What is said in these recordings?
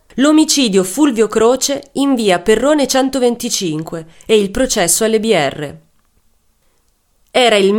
L'omicidio Fulvio Croce in via Perrone 125 e il processo alle BR. Era il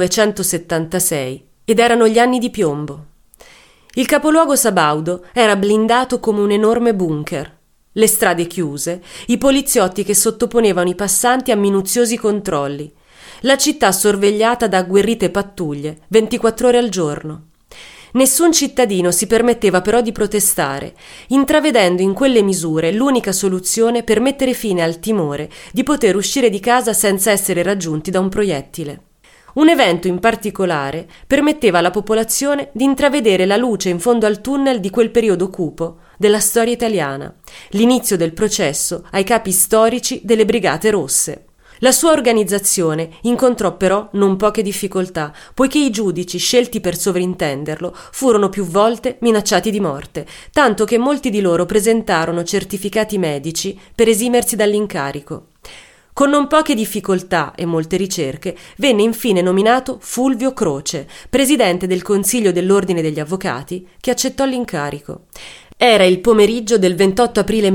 1976 ed erano gli anni di piombo. Il capoluogo sabaudo era blindato come un enorme bunker. Le strade chiuse, i poliziotti che sottoponevano i passanti a minuziosi controlli, la città sorvegliata da agguerrite pattuglie 24 ore al giorno. Nessun cittadino si permetteva però di protestare, intravedendo in quelle misure l'unica soluzione per mettere fine al timore di poter uscire di casa senza essere raggiunti da un proiettile. Un evento in particolare permetteva alla popolazione di intravedere la luce in fondo al tunnel di quel periodo cupo della storia italiana, l'inizio del processo ai capi storici delle Brigate Rosse. La sua organizzazione incontrò però non poche difficoltà, poiché i giudici scelti per sovrintenderlo furono più volte minacciati di morte, tanto che molti di loro presentarono certificati medici per esimersi dall'incarico. Con non poche difficoltà e molte ricerche venne infine nominato Fulvio Croce, presidente del Consiglio dell'Ordine degli Avvocati, che accettò l'incarico. Era il pomeriggio del 28 aprile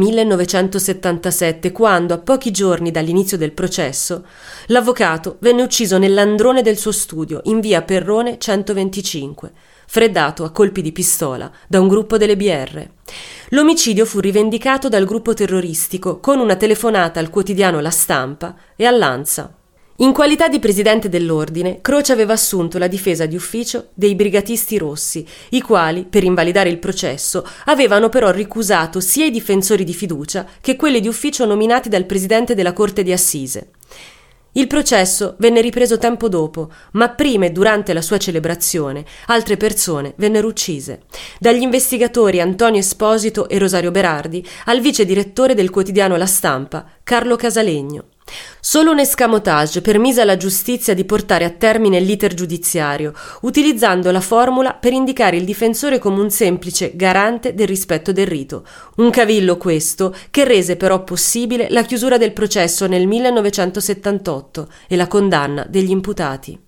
1977 quando, a pochi giorni dall'inizio del processo, l'avvocato venne ucciso nell'androne del suo studio in via Perrone 125, freddato a colpi di pistola da un gruppo delle BR. L'omicidio fu rivendicato dal gruppo terroristico con una telefonata al quotidiano La Stampa e all'Ansa. In qualità di presidente dell'ordine, Croce aveva assunto la difesa di ufficio dei brigatisti rossi, i quali, per invalidare il processo, avevano però ricusato sia i difensori di fiducia che quelli di ufficio nominati dal presidente della Corte di Assise. Il processo venne ripreso tempo dopo, ma prima e durante la sua celebrazione altre persone vennero uccise, dagli investigatori Antonio Esposito e Rosario Berardi al vice direttore del quotidiano La Stampa, Carlo Casalegno. Solo un escamotage permise alla giustizia di portare a termine l'iter giudiziario, utilizzando la formula per indicare il difensore come un semplice garante del rispetto del rito. Un cavillo questo che rese però possibile la chiusura del processo nel 1978 e la condanna degli imputati.